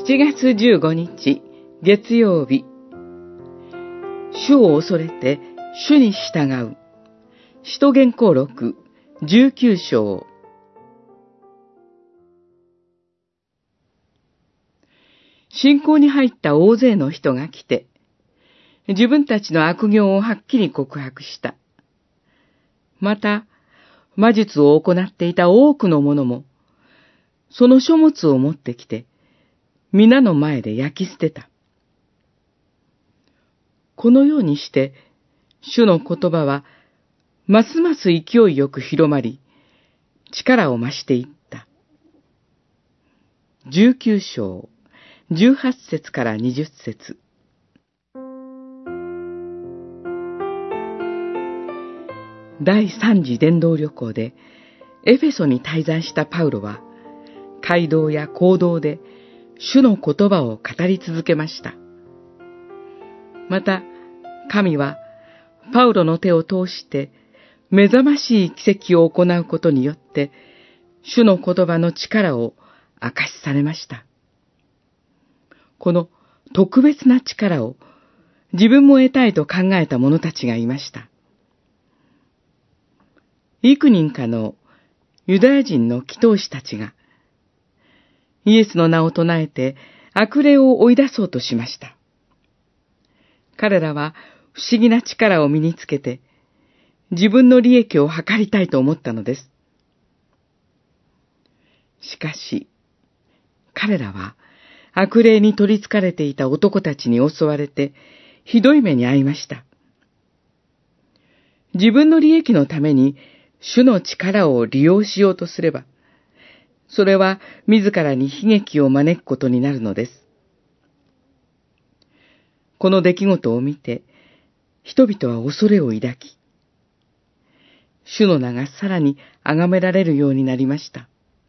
7月15日、月曜日。主を恐れて、主に従う。使徒言行録、19章。信仰に入った大勢の人が来て、自分たちの悪行をはっきり告白した。また、魔術を行っていた多くの者も、その書物を持ってきて、皆の前で焼き捨てた。このようにして、主の言葉は、ますます勢いよく広まり、力を増していった。19章、18節から20節。第三次伝道旅行で、エフェソに滞在したパウロは、街道や講堂で、主の言葉を語り続けました。また、神は、パウロの手を通して、目覚ましい奇跡を行うことによって、主の言葉の力を明かしされました。この特別な力を自分も得たいと考えた者たちがいました。幾人かのユダヤ人の祈祷師たちが、イエスの名を唱えて悪霊を追い出そうとしました。彼らは不思議な力を身につけて、自分の利益を図りたいと思ったのです。しかし、彼らは悪霊に取り憑かれていた男たちに襲われて、ひどい目に遭いました。自分の利益のために主の力を利用しようとすれば、それは自らに悲劇を招くことになるのです。この出来事を見て、人々は恐れを抱き、主の名がさらに崇められるようになりました。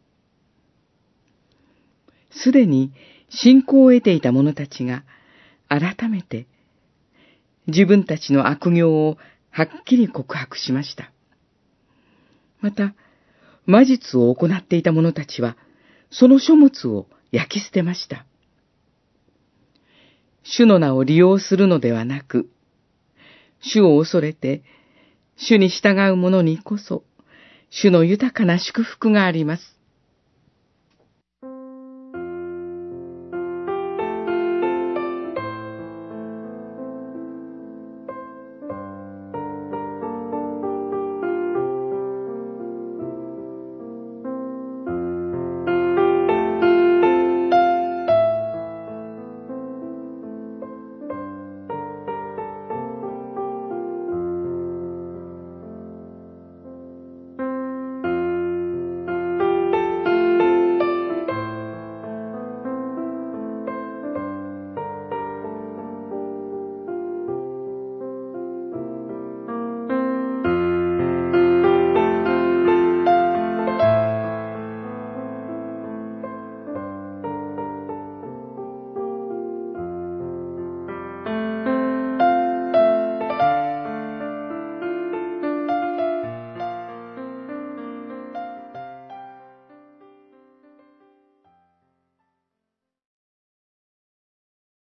すでに信仰を得ていた者たちが改めて自分たちの悪行をはっきり告白しました。また、魔術を行っていた者たちは、その書物を焼き捨てました。主の名を利用するのではなく、主を恐れて、主に従う者にこそ、主の豊かな祝福があります。